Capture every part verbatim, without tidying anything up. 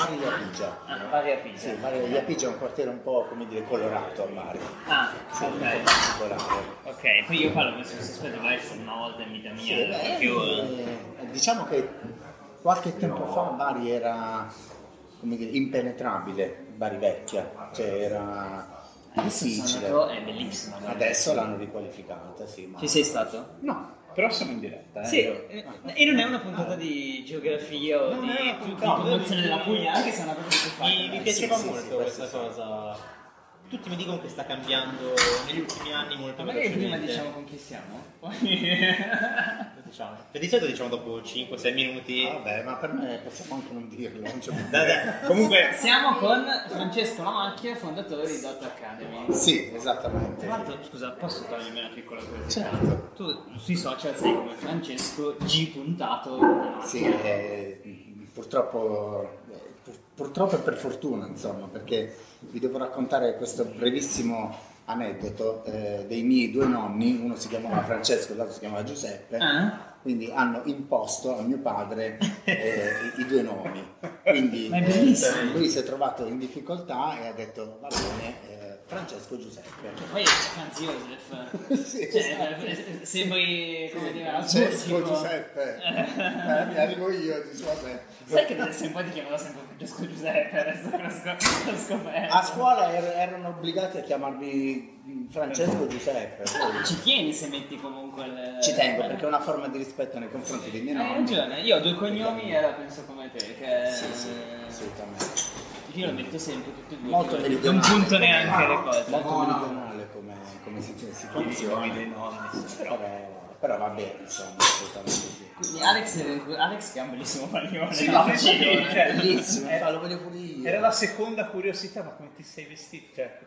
Bari Iapigia. Ah, Bari Iapigia. Sì, Bari Iapigia è un quartiere un po', come dire, colorato a Bari. Ah, sì, ok. un po' particolare. Ok, poi io parlo questo sospetto vai una volta in vita mia. Sì, beh, più... eh, diciamo che qualche tempo fa Bari era, come dire, impenetrabile, Bari vecchia, cioè era difficile. Sono, è bellissima. Adesso l'hanno riqualificata, sì. Ma... Ci sei stato? No, però siamo in diretta. Eh. Sì, eh, e non è una puntata di geografia o non di, è una di puntata, promozione della Puglia, anche se è una cosa che si fa. Mi, mi Eh, piaceva sì, sì, molto sì, questa questo cosa. Tutti mi dicono che sta cambiando negli ultimi anni molto Ma magari prima velocemente. diciamo con chi siamo, poi... Diciamo. E di solito diciamo dopo cinque sei minuti. Ah, vabbè, ma per me possiamo anche non dirlo. Non c'è Dai, dai. Comunque Siamo con Francesco Lamacchia, fondatore di Dot Academy. Sì, esattamente. Tra l'altro, scusa, posso togliermi una piccola curiosità? Certo. Tu sui social sei come Francesco G puntato. Sì, eh, purtroppo, eh, pur- purtroppo e per fortuna, insomma, perché vi devo raccontare questo brevissimo aneddoto eh, dei miei due nonni, uno si chiamava Francesco e l'altro si chiamava Giuseppe, Ah? quindi hanno imposto a mio padre eh, i, i due nomi. Quindi Ma è eh, bellissimo. lui si è trovato in difficoltà e ha detto va bene, eh, Francesco Giuseppe. Poi è Franz Josef. Sì, Cioè, esatto. eh, sembri, come dire, Francesco asburgico. Giuseppe, eh, mi arrivo io, dico vabbè. Sai che adesso un po' ti chiamano sempre Francesco Giuseppe, adesso che l'ho scop- l'ho scoperto. A scuola er- erano obbligati a chiamarmi Francesco Giuseppe. Poi Ci tieni se metti comunque il... ci tengo perché è una forma di rispetto nei confronti dei miei Hai nonni. ragione, io ho due cognomi e la penso come te, che... Sì, sì, assolutamente. Io lo metto sempre tutti e due. Molto non meridionale. punto come- neanche le cose. Molto meridionale come, come situ- situazione. dei nonni, sì. Però, però va bene, insomma, assolutamente sì. Quindi Alex, Alex che è un bellissimo paglione. Sì, no? no, Sì, cioè, bellissimo, era- fa, lo voglio pure io. era la seconda curiosità, ma come ti sei vestito? Cioè,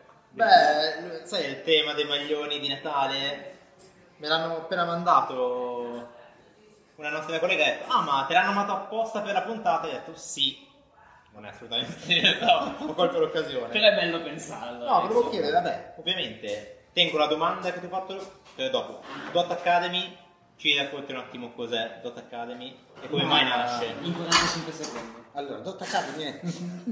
Beh, sai il tema dei maglioni di Natale? Me l'hanno appena mandato una nostra collega, ha detto ah ma te l'hanno mandato apposta per la puntata? E ho detto sì. Non è assolutamente no, ho colto l'occasione. però è bello pensarlo. no, volevo chiedere, vabbè, Ovviamente tengo la domanda che ti ho fatto eh, dopo. Dot Academy, ci racconti un attimo cos'è Dot Academy e come mai nasce. In quarantacinque secondi. allora, Dot Academy è...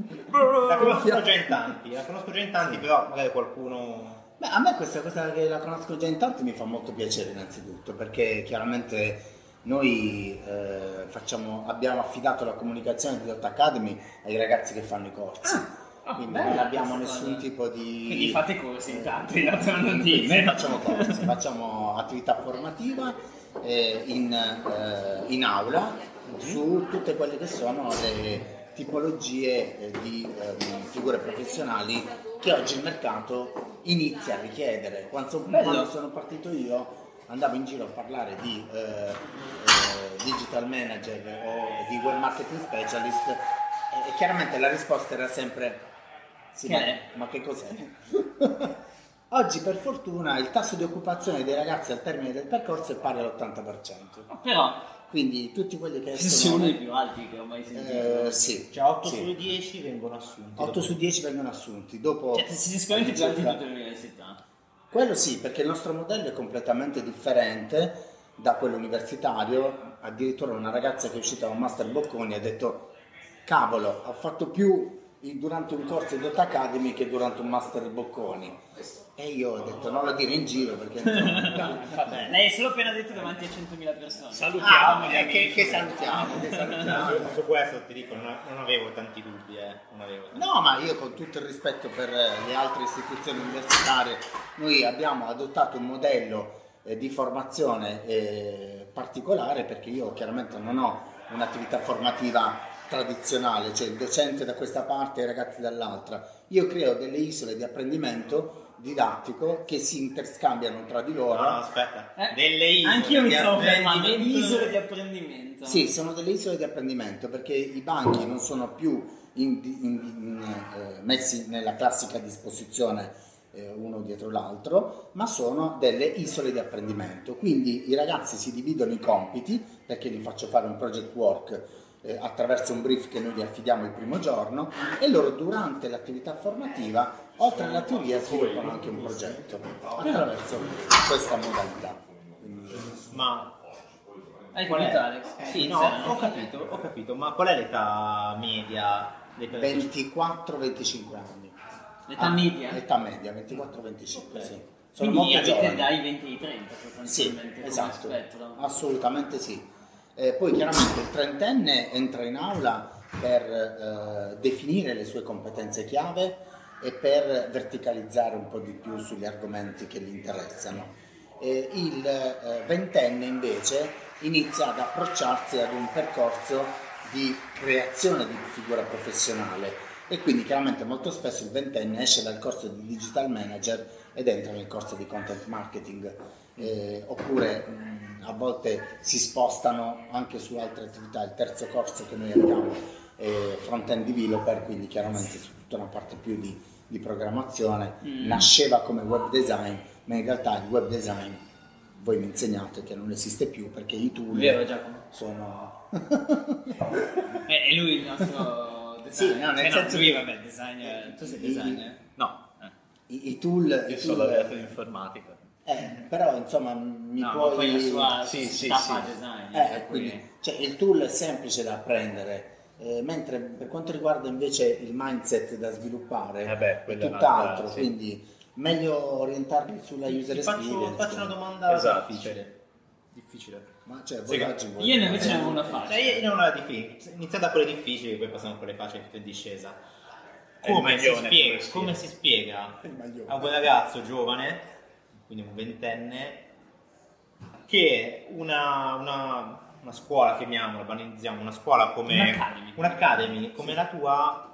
La conosco già in tanti, la conosco già in tanti, però magari qualcuno... Beh, a me questa cosa che la conosco già in tanti mi fa molto piacere innanzitutto, perché chiaramente noi eh, facciamo, abbiamo affidato la comunicazione di Dot Academy ai ragazzi che fanno i corsi. Ah, Quindi bella non abbiamo questa nessun cosa. tipo di... Quindi fate corsi intanto, io dato una Quindi notizia. facciamo corsi, facciamo attività formativa eh, in, eh, in aula su tutte quelle che sono le tipologie eh, di ehm, figure professionali che oggi il mercato inizia a richiedere. Quando sono, Bello. quando sono partito io andavo in giro a parlare di eh, eh, digital manager o di web marketing specialist e, e chiaramente la risposta era sempre sì, Che ma, è? ma che cos'è? Oggi per fortuna il tasso di occupazione dei ragazzi al termine del percorso è pari all'ottanta per cento. Però Quindi tutti quelli che sei uno escono... dei più alti che ho mai sentito. Eh, sì, Cioè otto sì. su dieci vengono assunti. otto su dieci vengono assunti. Dopo Cioè, sei sicuramente più alti di all'incirca- tutte le università. Quello sì, perché il nostro modello è completamente differente da quello universitario. Addirittura una ragazza che è uscita da un master Bocconi ha detto cavolo, ho fatto più in- durante un corso di Dot Academy che durante un master Bocconi. E io ho detto non lo dire in giro perché insomma, Vabbè, lei è solo appena detto davanti a centomila persone. Salutiamo ah, gli eh, amici. che, che salutiamo, che salutiamo. Su, su questo ti dico, non, non avevo tanti dubbi, eh. Non avevo tanti. No, ma io con tutto il rispetto per eh, le altre istituzioni universitarie, noi abbiamo adottato un modello eh, di formazione eh, particolare perché io chiaramente non ho un'attività formativa tradizionale, cioè il docente da questa parte e i ragazzi dall'altra. Io creo delle isole di apprendimento didattico che si interscambiano tra di loro. No, no, aspetta. Eh, Delle isole Anch'io mi di stavo fermando. apprendimento. Isole di apprendimento. Sì, sono delle isole di apprendimento perché i banchi non sono più in- in- in- eh, messi nella classica disposizione eh, uno dietro l'altro, ma sono delle isole di apprendimento. Quindi i ragazzi si dividono i compiti perché gli faccio fare un project work eh, attraverso un brief che noi gli affidiamo il primo giorno e loro durante l'attività formativa, oltre alla teoria, sviluppano anche un progetto attraverso questa modalità. Quindi, Ma Hai qual capito, è? Alex? Sì, no, ho capito, ho capito, ma qual è l'età media ventiquattro venticinque anni. L'età Ah, media? Età media, ventiquattro venticinque, Ok. sì. Sono Quindi molto avete giovani. dai venti ai trenta Sì, sostanzialmente come esatto, spettro. assolutamente sì. Eh, poi chiaramente il trentenne entra in aula per eh, definire le sue competenze chiave e per verticalizzare un po' di più sugli argomenti che gli interessano. Eh, il eh, ventenne invece inizia ad approcciarsi ad un percorso di creazione di figura professionale e quindi chiaramente molto spesso il ventenne esce dal corso di digital manager ed entra nel corso di content marketing, eh, oppure mh, a volte si spostano anche su altre attività. Il terzo corso che noi abbiamo è front-end developer, quindi chiaramente su tutta una parte più di, di programmazione. Mm. Nasceva come web design, ma in realtà il web design voi mi insegnate che non esiste più perché i tool Vero Giacomo? sono... È, è lui il nostro Sì, designer. no, nel Cioè, senso lui che- vabbè, designer. Tu sei I- designer? No, eh, I, i tool... io i sono tool- laureato in informatica. eh, però insomma mi No, ma puoi... poi la sua Sì, sì, società sì. fa design. Eh, per cui- quindi, cioè, il tool è semplice da apprendere, eh, mentre per quanto riguarda invece il mindset da sviluppare Eh beh, è quella è tutt'altro, un'altra, sì. quindi meglio orientarli sulla Ti, user ti faccio, experience. faccio una domanda Esatto, difficile. Difficile. Ma cioè, Sì, voi che- oggi voi- Io ne invece ne avevo una Cioè, facile. io ne ho una difficile. Iniziamo da quelle difficili, poi passiamo a quelle facili tutte in discesa. È il Come si, maglione, spiega, come si come si spiega Il maglione. a un ragazzo giovane, quindi un ventenne, che una, una, una scuola, chiamiamola, banalizziamo, una scuola come Un'academy. un'academy come la tua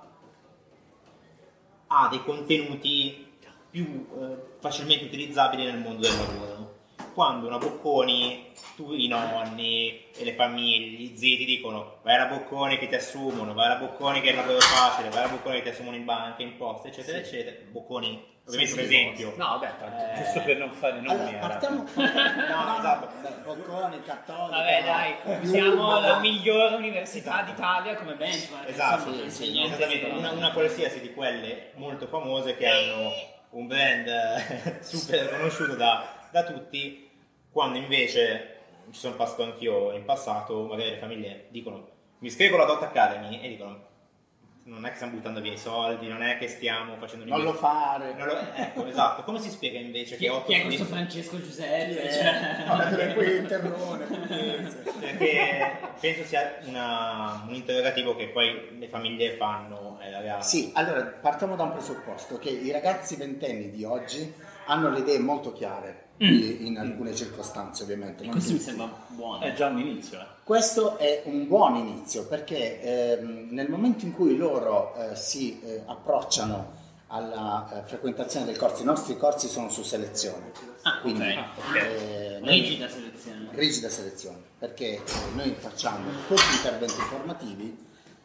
ha dei contenuti più eh, facilmente utilizzabili nel mondo del lavoro. Quando una Bocconi, tu, i nonni e le famiglie, gli zii ti dicono vai alla Bocconi che ti assumono, vai alla Bocconi che è il lavoro facile, vai alla Bocconi che ti assumono in banca, in posta, eccetera, eccetera. Bocconi, ovviamente Sì, un sì. esempio. No, beh, tanto, Eh, giusto per non fare nomi. Allora, era- partiamo... No, esatto. Beh, Bocconi, Cattolica... Vabbè dai, siamo la migliore università d'Italia come benchmark. Esatto, insomma, sì, sì, niente esattamente, di- una, una qualsiasi di quelle molto famose che hanno un brand eh, super conosciuto da, da tutti, quando invece ci sono passato anch'io in passato, magari le famiglie dicono mi iscrivo alla Dot Academy e dicono non è che stiamo buttando via i soldi, non è che stiamo facendo un Non lo fare. Non lo- ecco, esatto. Come si spiega invece Chi, che otto chi è sono questo di- Francesco Giuseppe? Eh, Cioè... vabbè, dove poi il terrone, pugliese. Perché penso sia una- un interrogativo che poi le famiglie fanno ai ragazzi. Sì, allora partiamo da un presupposto che i ragazzi ventenni di oggi hanno le idee molto chiare i- in alcune circostanze, ovviamente. non Questo mi tutti. sembra buono. È già un inizio, eh. Questo è un buon inizio perché ehm, nel momento in cui loro eh, si eh, approcciano alla eh, frequentazione del corso, i nostri corsi sono su selezione, Ah, quindi ok. ok. eh, noi- Rigida selezione. rigida selezione, perché eh, noi facciamo pochi interventi formativi,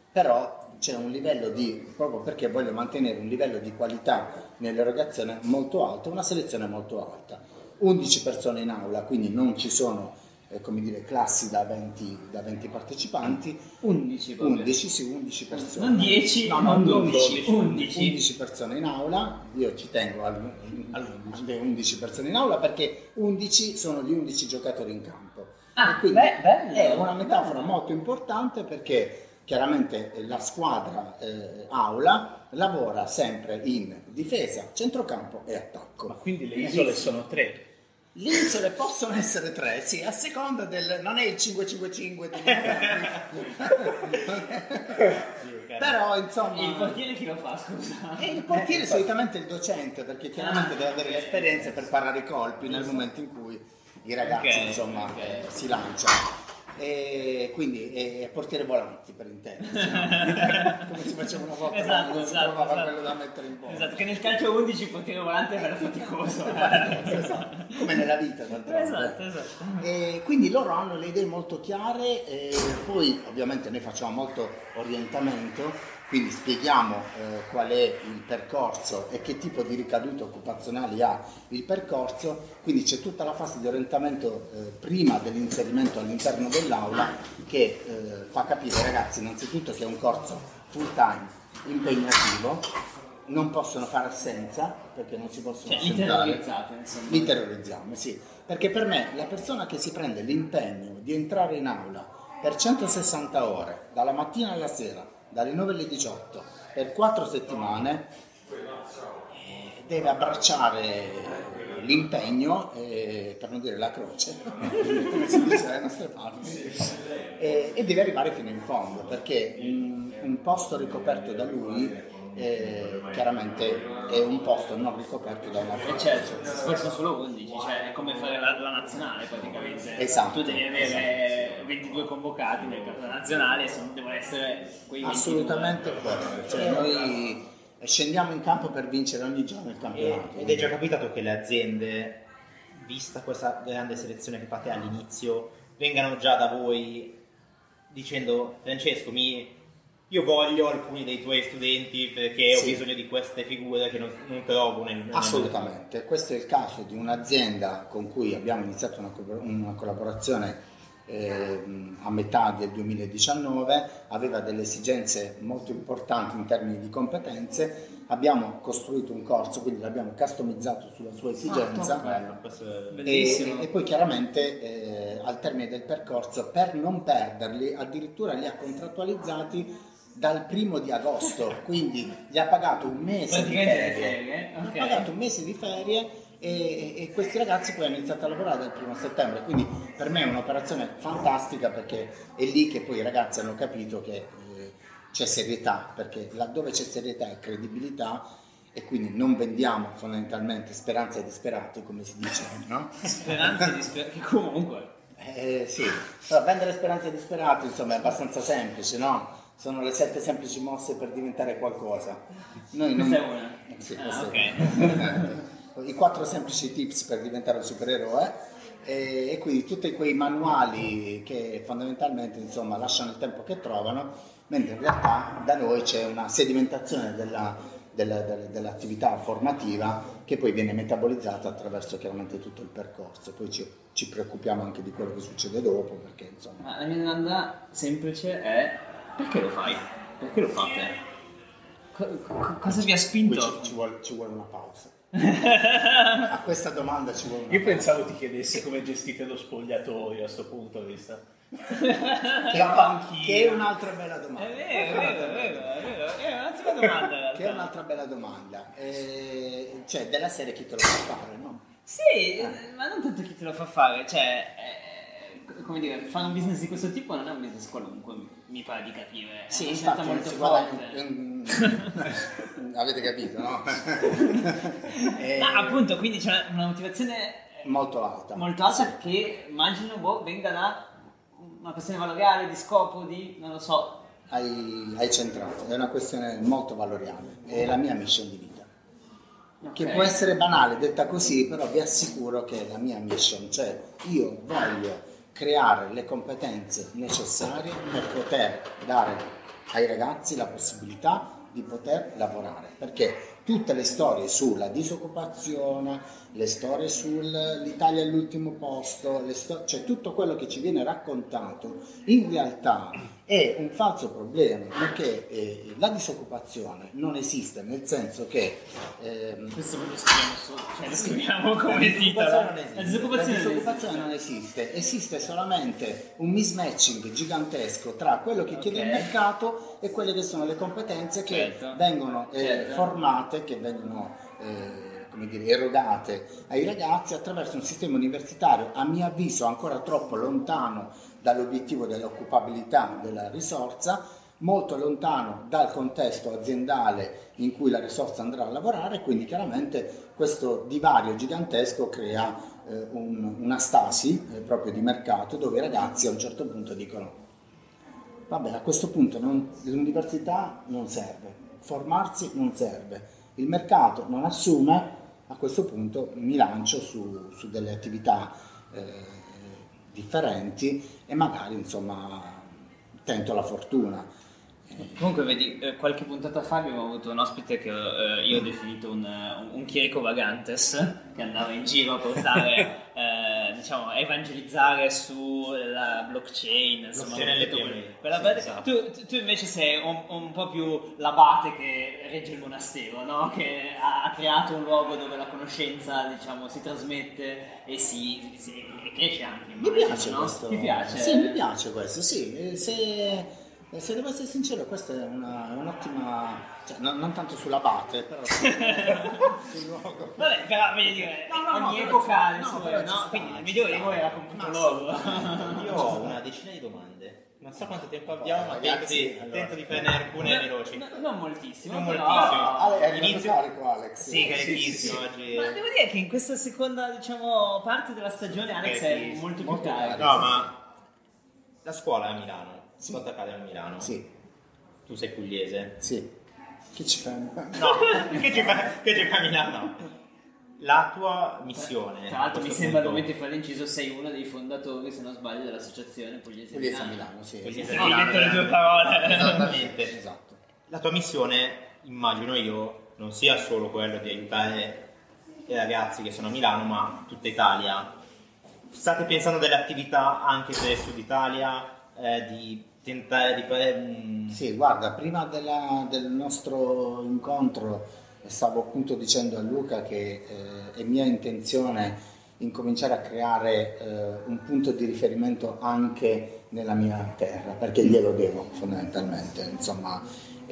però c'è un livello di, proprio perché voglio mantenere un livello di qualità nell'erogazione molto alto, una selezione molto alta. undici persone in aula, quindi non ci sono eh, come dire, classi da venti, da venti partecipanti, undici proprio. undici, sì, undici persone. Non dieci, no, no, non undici, dodici, undici. undici persone in aula, io ci tengo al- alle undici persone in aula perché undici sono gli undici giocatori in campo. Ah, E quindi beh, bello. è una metafora molto importante perché chiaramente la squadra eh, aula lavora sempre in difesa, centrocampo e attacco. Ma quindi le isole sono tre. Le isole possono essere tre, sì, a seconda del... non è il cinque cinque cinque degli però insomma... Il portiere chi lo fa, scusa? E il portiere solitamente è il docente, perché chiaramente Ah, deve avere ok. l'esperienza per parare i colpi nel momento in cui i ragazzi Ok, insomma ok. eh, si lanciano. E quindi è portiere volanti per intendere, come si faceva una volta Esatto, quando si esatto, trovava esatto. quello da mettere in bomba. Esatto, che nel calcio undici il portiere volante è bello faticoso. eh. Esatto, come nella vita d'altronde. Esatto, esatto. E quindi loro hanno le idee molto chiare e poi ovviamente noi facciamo molto orientamento, quindi spieghiamo eh, qual è il percorso e che tipo di ricadute occupazionali ha il percorso, quindi c'è tutta la fase di orientamento eh, prima dell'inserimento all'interno dell'aula che eh, fa capire ai ragazzi innanzitutto che è un corso full time impegnativo, non possono fare assenza perché non si possono Cioè, li assentare. terrorizzate, insomma. Li terrorizziamo, sì, perché per me la persona che si prende l'impegno di entrare in aula per centosessanta ore, dalla mattina alla sera, dalle nove alle diciotto per quattro settimane, eh, deve abbracciare l'impegno, eh, per non dire la croce, come si dice dalle nostre parti, e, e deve arrivare fino in fondo, perché un, un posto ricoperto da lui eh, chiaramente è un posto non ricoperto da un altro. E certo, poi sono solo undici, cioè è come fare la, la nazionale praticamente. Esatto. Tu devi avere ventidue convocati nel campo nazionale e sono, devono essere quei ventidue. Assolutamente questo, cioè noi scendiamo in campo per vincere ogni giorno il campionato. Ed è già capitato che le aziende, vista questa grande selezione che fate all'inizio, vengano già da voi dicendo: Francesco, mi, io voglio alcuni dei tuoi studenti perché Sì. ho bisogno di queste figure che non, non trovo nel, nel Assolutamente, questo è il caso di un'azienda con cui abbiamo iniziato una, co- una collaborazione eh, a metà del duemiladiciannove, aveva delle esigenze molto importanti in termini di competenze, abbiamo costruito un corso, quindi l'abbiamo customizzato sulla sua esigenza. Bello, questo è... Bellissimo. E, e poi chiaramente eh, al termine del percorso, per non perderli, addirittura li ha contrattualizzati dal primo di agosto, quindi gli ha pagato un mese di Praticamente le ferie, ferie, gli ok. ha pagato un mese di ferie e, e questi ragazzi poi hanno iniziato a lavorare dal primo settembre, quindi per me è un'operazione fantastica, perché è lì che poi i ragazzi hanno capito che eh, c'è serietà, perché laddove c'è serietà e credibilità, e quindi non vendiamo fondamentalmente speranze ai disperati, come si dice, no? Speranze di sper- che comunque. Eh, sì, però vendere speranze ai disperati insomma è abbastanza semplice, no? Sono le sette semplici mosse per diventare qualcosa. Noi Questa non... è una. Sì, Ah, questa ok. è una. I quattro semplici tips per diventare un supereroe, e, e quindi tutti quei manuali che fondamentalmente insomma lasciano il tempo che trovano, mentre in realtà da noi c'è una sedimentazione della, della, della, dell'attività formativa che poi viene metabolizzata attraverso chiaramente tutto il percorso. Poi ci, ci preoccupiamo anche di quello che succede dopo, perché insomma... Ma la mia domanda semplice è: perché lo fai? Perché lo fate? Co- co- cosa vi ha Qui spinto? ci, ci, vuole, ci vuole una pausa. A questa domanda ci vuole una Io pausa. pensavo ti chiedesse come gestite lo spogliatoio a sto punto, visto? Che, La panchina. che è un'altra bella domanda. È vero, è vero, è vero, è vero. È un'ottima domanda in realtà. Che è un'altra bella domanda. Eh, cioè, della serie chi te lo fa fare, no? Sì, eh, ma non tanto chi te lo fa fare, cioè, eh, come dire, fare un business di questo tipo non è un business qualunque, mi pare di capire. È Sì, una scelta infatti molto si guadagna forte. un- avete capito, no? Eh, Ma appunto, quindi c'è una motivazione molto alta. molto alta che immagino boh, venga da una questione valoriale, di scopo, di, non lo so. Hai, hai centrato, è una questione molto valoriale, è la mia mission di vita. Che Ok. può essere banale detta così, però vi assicuro che è la mia mission, cioè io voglio creare le competenze necessarie per poter dare ai ragazzi la possibilità di poter lavorare, perché tutte le storie sulla disoccupazione, le storie sull'Italia all'ultimo posto, le sto- cioè tutto quello che ci viene raccontato in realtà è un falso problema, perché eh, la disoccupazione non esiste, nel senso che ehm, Questo lo scriviamo su, cioè lo scriviamo come la titolo. disoccupazione non esiste. La disoccupazione La non disoccupazione non esiste, esiste solamente un mismatching gigantesco tra quello che chiede Ok. il mercato e quelle che sono le competenze che Certo. vengono eh, Certo. formate, che vengono eh, come dire, erogate ai ragazzi attraverso un sistema universitario, a mio avviso ancora troppo lontano dall'obiettivo dell'occupabilità della risorsa, molto lontano dal contesto aziendale in cui la risorsa andrà a lavorare, quindi chiaramente questo divario gigantesco crea eh, un- una stasi eh, proprio di mercato, dove i ragazzi a un certo punto dicono: vabbè, a questo punto non- l'università non serve, formarsi non serve, il mercato non assume, a questo punto mi lancio su, su delle attività eh, differenti e magari insomma tento la fortuna. Comunque vedi, eh, qualche puntata fa abbiamo avuto un ospite che eh, io ho definito un, un, un chierico vagantes, che andava in giro a portare, eh, diciamo, a evangelizzare sulla blockchain, insomma, Blockchain tutto L P M. quello- quella Sì, parte- esatto. tu, tu- tu invece sei un, un po' più l'abate che regge il monastero, no? Che ha, ha creato un luogo dove la conoscenza, diciamo, si trasmette e si, si e cresce anche. Mi immagino, piace no? questo. Ti piace? Sì, mi piace questo, sì. Eh, Se E se devo essere sincero, questa è una, è un'ottima, cioè non, non tanto sull'abate, però sul, sul luogo. Vabbè, però voglio dire, No, no, no, ogni però epoca ha ci- le no, sue, però ci no? sta, Quindi il ci Medioevo sta. era computer Ma loro. Io ho una decina di domande. Non so quanto tempo abbiamo, ma tento Ragazzi, di, allora. tento di prendere alcune veloci. No, non moltissimo, Non però... moltissimo. Ale, è arrivato Inizio- carico, Alex. Sì, carichissimo oggi. Ma devo dire che in questa seconda, diciamo, parte della stagione Alex è Carichissimo. molto più Molto carico. No, ma la scuola è a Milano. Si può attaccare a Milano. Sì, Tu sei pugliese. sì. Che ci fai? No, che ci fa, che ci fa a Milano? No. La tua missione. Tra l'altro a mi questo sembra, punto- dovete fare l'inciso, sei uno dei fondatori, se non sbaglio, dell'associazione Pugliese Pugliese a Milano. Milano, sì. Pugliese Sì, a Milano, detto le tue eh. parole. Esattamente. Esatto. La tua missione, immagino io, non sia solo quello di aiutare i ragazzi che sono a Milano, ma tutta Italia. State pensando delle attività anche per il Sud Italia, eh, di tentare di fare... mm, Sì, guarda, prima della- del nostro incontro stavo appunto dicendo a Luca che eh, è mia intenzione incominciare a creare eh, un punto di riferimento anche nella mia terra, perché glielo devo fondamentalmente. Insomma,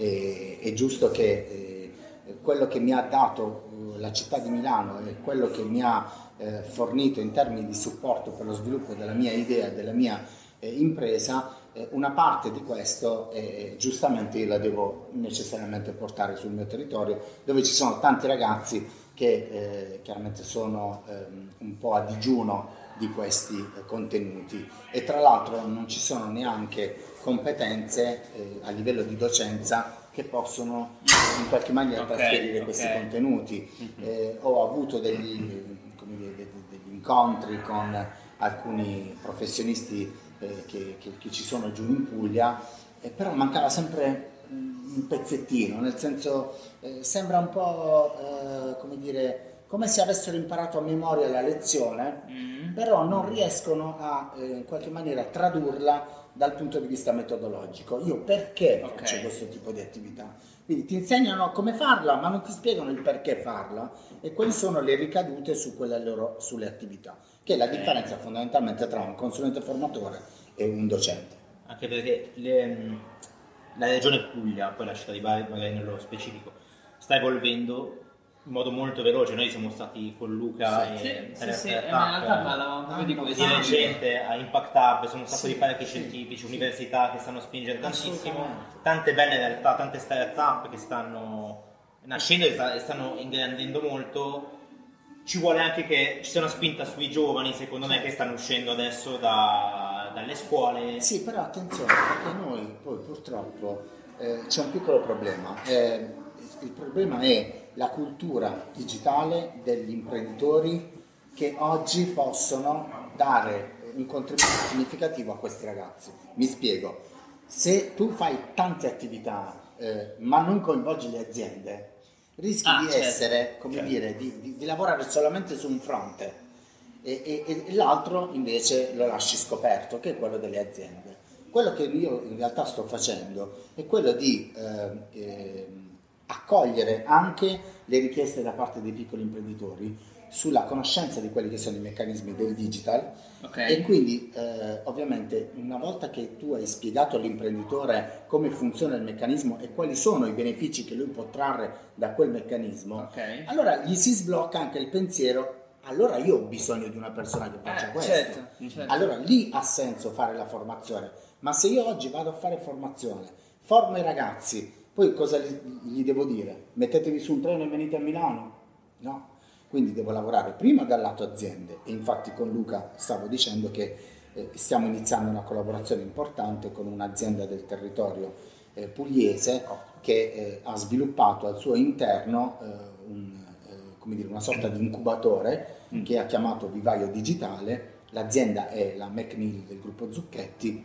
è, è giusto che eh, quello che mi ha dato eh, la città di Milano e quello che mi ha eh, fornito in termini di supporto per lo sviluppo della mia idea, della mia eh, impresa, eh, una parte di questo eh, giustamente io la devo necessariamente portare sul mio territorio, dove ci sono tanti ragazzi che eh, chiaramente sono ehm, un po' a digiuno di questi eh, contenuti, e tra l'altro non ci sono neanche competenze eh, a livello di docenza che possono in qualche maniera Ok, trasferire ok. questi contenuti. Eh, ho avuto degli, come dire, degli- degli incontri con alcuni professionisti eh, che, che- che ci sono giù in Puglia, eh, però mancava sempre mm, un pezzettino, nel senso eh, sembra un po' eh, come dire, come se avessero imparato a memoria la lezione, Mm. però non riescono a eh, in qualche maniera tradurla dal punto di vista metodologico. Io perché Ok. faccio questo tipo di attività? Quindi ti insegnano come farla, ma non ti spiegano il perché farla e quali sono le ricadute su quelle loro, sulle attività, che è la differenza fondamentalmente tra un consulente formatore e un docente. Anche perché le- la regione Puglia, poi la città di Bari magari nello specifico, sta evolvendo in modo molto veloce. Noi siamo stati con Luca Sì, e sì, per- sì, per in Attack, realtà parlavamo proprio di Ah, questo. di recente a Impact Hub, sono un sacco Sì, di parchi sì, scientifici, sì. università che stanno spingendo tantissimo, Assolutamente. tante belle realtà, tante start-up che stanno nascendo e sta- e stanno ingrandendo molto. Ci vuole anche che ci sia una spinta sui giovani, secondo me, che stanno uscendo adesso da- dalle scuole. Sì, però attenzione, perché noi poi purtroppo eh, c'è un piccolo problema. Eh, il problema è la cultura digitale degli imprenditori che oggi possono dare un contributo significativo a questi ragazzi. Mi spiego, se tu fai tante attività eh, ma non coinvolgi le aziende, rischi Ah, di certo, essere, come certo. dire, di, di- di lavorare solamente su un fronte e, e- e l'altro invece lo lasci scoperto, che è quello delle aziende. Quello che io in realtà sto facendo è quello di eh, ehm, accogliere anche le richieste da parte dei piccoli imprenditori sulla conoscenza di quelli che sono i meccanismi del digital. Ok. E quindi eh, ovviamente una volta che tu hai spiegato all'imprenditore come funziona il meccanismo e quali sono i benefici che lui può trarre da quel meccanismo, Ok. allora gli si sblocca anche il pensiero: allora io ho bisogno di una persona che faccia Eh, questo. certo, certo. Allora lì ha senso fare la formazione. Ma se io oggi vado a fare formazione, formo i ragazzi, poi cosa gli, gli devo dire? Mettetevi su un treno e venite a Milano? No. Quindi devo lavorare prima dal lato aziende, e infatti con Luca stavo dicendo che eh, stiamo iniziando una collaborazione importante con un'azienda del territorio eh, pugliese che eh, ha sviluppato al suo interno eh, un, eh, come dire, una sorta di incubatore Mm. che ha chiamato Vivaio Digitale. L'azienda è la McNeil del gruppo Zucchetti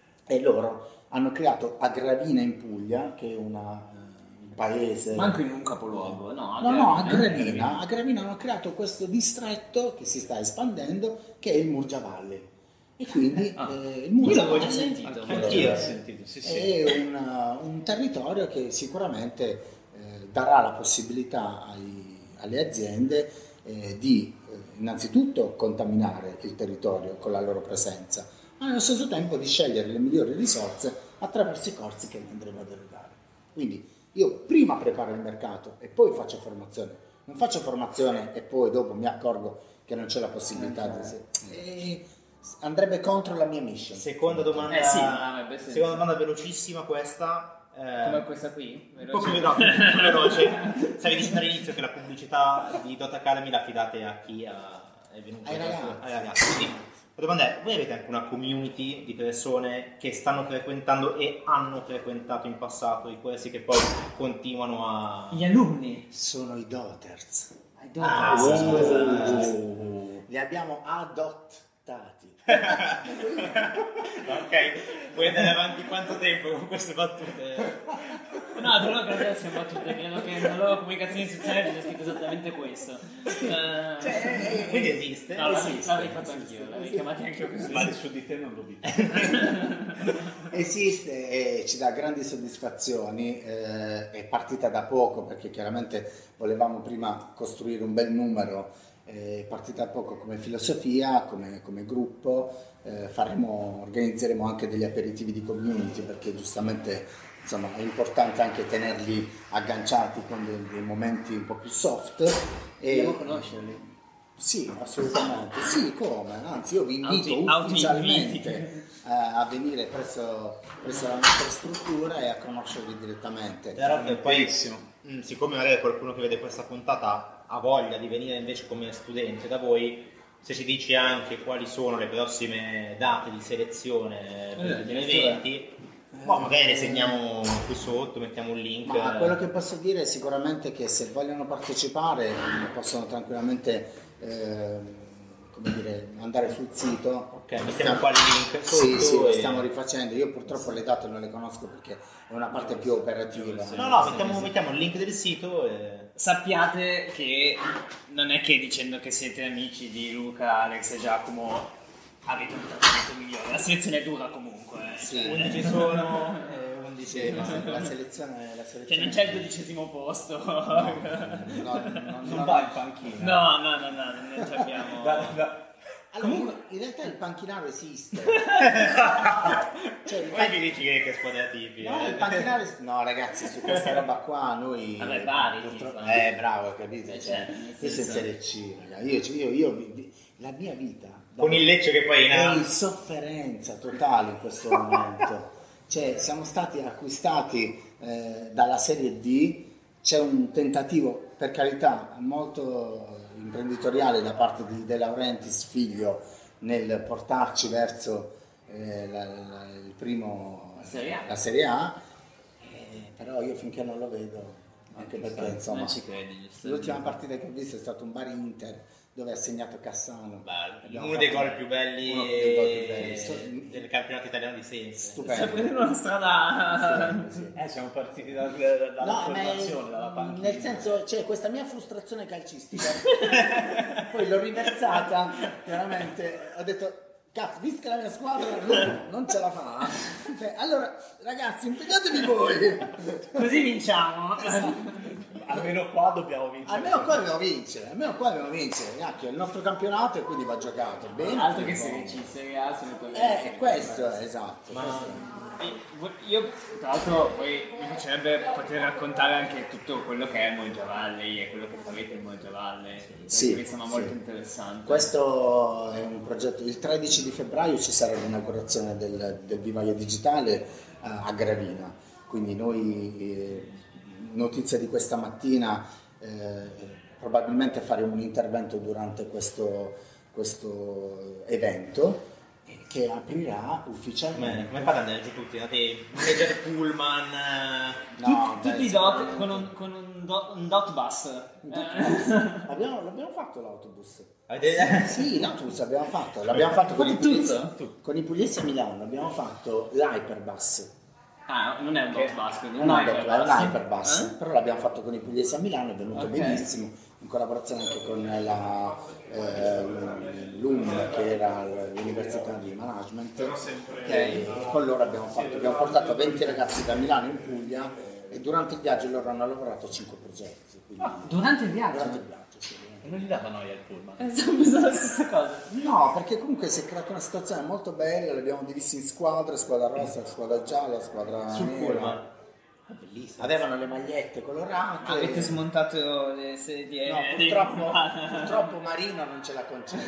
e loro hanno creato a Gravina in Puglia, che è una, eh, un paese... Manco in un capoluogo, no? No, no, a Gravina. Gravina, a Gravina hanno creato questo distretto che si sta espandendo, che è il Murgia Valley. E quindi Ah, eh, il io Murgia l'avevo già Valley sentito. Anch'io. l'ho sentito, sì, sì. è un, un territorio che sicuramente eh, darà la possibilità ai- alle aziende eh, di eh, innanzitutto contaminare il territorio con la loro presenza, ma nello stesso tempo di scegliere le migliori risorse attraverso i corsi che andremo ad erogare. Quindi io prima preparo il mercato e poi faccio formazione, non faccio formazione e poi dopo mi accorgo che non c'è la possibilità di... E andrebbe contro la mia mission. Seconda domanda, Eh sì, avrebbe senso. seconda domanda velocissima questa. eh, Come questa qui? Un po' più veloce. più veloce. Stavi dicendo all'inizio che la pubblicità di Dot Academy la affidate a chi ha- è venuto? Ai ragazzi. Ai ragazzi. Quindi, la domanda è, voi avete anche una community di persone che stanno frequentando e hanno frequentato in passato i corsi che poi continuano a... Gli alunni. Sono i Daughters. I Ah, daughters. sì, Oh. Li abbiamo adottati. Ok, puoi andare avanti quanto tempo con queste battute? No, però credo che sia battute, credo che nella loro comunicazione istituzionale sia scritto esattamente questo. Eh, Cioè, Quindi esiste? no, l'avrei- esiste, l'avrei fatto esiste, anch'io, l'avrei esiste. chiamato anch'io così. Ma su di te non lo dico. Esiste e ci dà grandi soddisfazioni, eh, è partita da poco perché chiaramente volevamo prima costruire un bel numero, eh, è partita da poco come filosofia, come, come gruppo, eh, faremo, organizzeremo anche degli aperitivi di community perché giustamente insomma, è importante anche tenerli agganciati con dei, dei momenti un po' più soft. E, Dobbiamo conoscerli. Sì, assolutamente, sì, come, anzi io vi invito Auti- ufficialmente auto-inviti. eh, a venire presso, presso la nostra struttura e a conoscervi direttamente. Però che poi, mh, siccome magari qualcuno che vede questa puntata ha voglia di venire invece come studente da voi, se ci dici anche quali sono le prossime date di selezione per Eh, gli addirittura. eventi, boh, magari ne segniamo qui sotto, mettiamo un link. Ma quello che posso dire è sicuramente che se vogliono partecipare possono tranquillamente eh, come dire, andare sul sito. Ok, mettiamo qua il link sotto. Sì, sì, lo e- stiamo rifacendo. Io purtroppo le date non le conosco perché è una parte più operativa. No, no, mettiamo, mettiamo il link del sito e... Sappiate che non è che dicendo che siete amici di Luca, Alex e Giacomo avete un trattamento migliore, la selezione è dura comunque. eh. Sì. undici sono e undici Sì, la, la selezione, la selezione Cioè non c'è il dodicesimo posto. No, no, no, no, Non no. va in panchina. No, no, no, no, non ci abbiamo. Da- da- Allora, in realtà il panchinaro esiste. Cioè, il Poi mi dici che, che squadra tipi. No, eh. il panchinaro es- no ragazzi, su questa roba qua noi Vabbè, vari, purtroppo- tipo. eh bravo, capito? Eh, Cioè, certo, nel questo è in senso- Serie C, raga. Io, io, io vi- vi- la mia vita Con il Lecce che poi in è A. in sofferenza totale in questo momento. Cioè, siamo stati acquistati eh, dalla Serie D, c'è un tentativo, per carità, molto imprenditoriale da parte di De Laurentiis figlio nel portarci verso eh, la- la- il primo, Serie A. la Serie A, eh, però io finché non lo vedo, anche perché insomma Non ci credi, giusto? l'ultima partita che ho visto è stato un Bari Inter dove ha segnato Cassano. Bello. Abbiamo Uno dei fatto- gol più belli, uno dei gol più belli. Sto- del campionato italiano di sempre. Sta Stupendo. prendendo una strada. Sì, sì. Eh, siamo partiti da- da- dalla No, ma è- formazione, dalla panchina. nel senso, c'è questa mia frustrazione calcistica, poi l'ho riversata, chiaramente, ho detto, cazzo, visto che la mia squadra non, non ce la fa, cioè, allora ragazzi, impegnatevi voi, Così vinciamo. Almeno qua dobbiamo vincere. almeno qua dobbiamo vincere, almeno qua dobbiamo vincere, Cacchio, è il nostro campionato e quindi va giocato, bene. Altro che futebol. Serie C, Serie A, assolutamente. Eh, è questo, è esatto. Ma questo io, tra l'altro, poi mi piacerebbe poter raccontare anche tutto quello che è Molde Valley e quello che farete in Molde Valley. Sì, mi sembra sì. molto interessante. Questo è un progetto, il tredici di febbraio ci sarà l'inaugurazione del, del vivaio digitale eh, a Gravina, quindi noi, eh, notizia di questa mattina, eh, probabilmente faremo un intervento durante questo, questo evento eh, che aprirà Come, ufficialmente. come fate ad andare giù tutti? Andate un leggero pullman? eh, No, Tutti beh, i dot con un, con un, dot, un dot bus. Eh, Abbiamo, l'abbiamo fatto l'autobus. avete- Sì, l'autobus abbiamo fatto, l'abbiamo fatto con i Tutto? pugliesi, con i pugliesi a Milano, abbiamo fatto l'Hyperbus. Ah, non è un dot bus, quindi Non un è un hyperbus. l'Hyperbus, Eh? però l'abbiamo fatto con i pugliesi a Milano, è venuto Ok. benissimo, in collaborazione anche con la, eh, l'U M, che era l'Università di Management, e, e con loro abbiamo fatto, abbiamo portato venti ragazzi da Milano in Puglia e durante il viaggio loro hanno lavorato a cinque progetti. Quindi, Durante il viaggio? durante il viaggio, sì. Non gli dava noia il pullman. È sempre la stessa cosa. No, perché comunque si è creata una situazione molto bella, li abbiamo divisi in squadre, squadra rossa, squadra gialla, squadra Sul nera. pullman. Bellissimo. Avevano le magliette colorate. Avete smontato le sedie? No, dei- purtroppo, purtroppo Marino non ce l'ha concessa.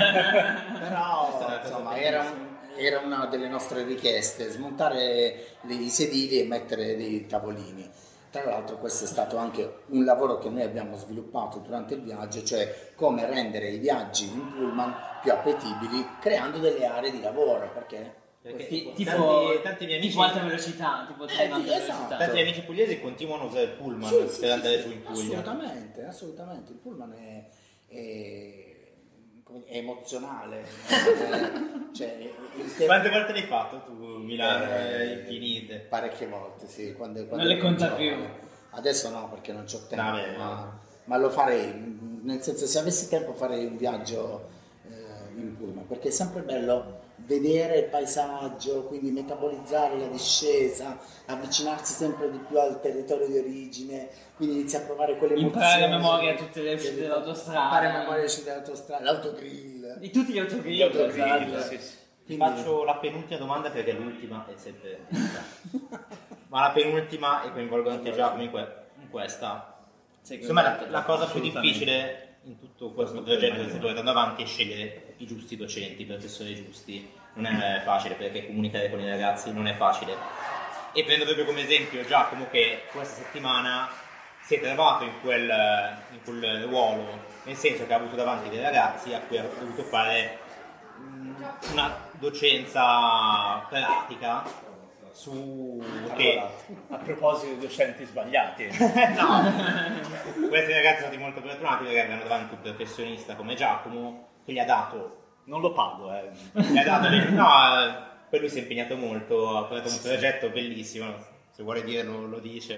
Però insomma era, un- era una delle nostre richieste, smontare le- i sedili e mettere dei tavolini. Tra l'altro questo è stato anche un lavoro che noi abbiamo sviluppato durante il viaggio, cioè come rendere i viaggi in pullman più appetibili creando delle aree di lavoro, perché Perché Ti- tanti, tipo, tanti miei amici tipo alta velocità, tipo treno alta esatto. velocità. tanti miei amici pugliesi continuano a usare il pullman Sì, sì, per sì, andare sì, giù in Puglia. assolutamente, assolutamente. Il pullman è, è- come dire, è emozionale, no? Cioè, il tempo- Quante volte l'hai fatto tu Milano? Eh, Eh, infinite. Parecchie volte, sì. Quando, quando Non le ero conta giovane. più. Adesso no, perché non c'ho tempo, Vabbè, ma, no. ma lo farei. Nel senso, se avessi tempo farei un viaggio eh, in pullman, perché è sempre bello vedere il paesaggio, quindi metabolizzare la discesa, avvicinarsi sempre di più al territorio di origine, quindi inizi a provare quelle emozioni. Imparare a memoria tutte le uscite dell'autostrada. Imparare a memoria le uscite dell'autostrada, l'autogrill. Di tutti gli autogrill. Gli autogrill, esatto. Sì, sì. Ti Quindi- faccio la penultima domanda perché l'ultima è sempre ma la penultima e coinvolgo anche Giacomo in, que- in questa. Insomma la, la cosa più Assolutamente. difficile in tutto questo progetto che stai portando avanti è scegliere i giusti docenti, i professori giusti. Non è facile perché comunicare con i ragazzi non è facile. E prendo proprio come esempio Giacomo che questa settimana si è trovato in quel, in quel ruolo, nel senso che ha avuto davanti dei ragazzi a cui ha dovuto fare mh, una docenza pratica su che A proposito di docenti sbagliati, no, questi ragazzi sono stati molto fortunati perché avevano davanti un professionista come Giacomo che gli ha dato non lo pago, eh. gli ha dato le- no, eh, poi lui si è impegnato molto, ha fatto un progetto bellissimo, se vuole dirlo lo dice.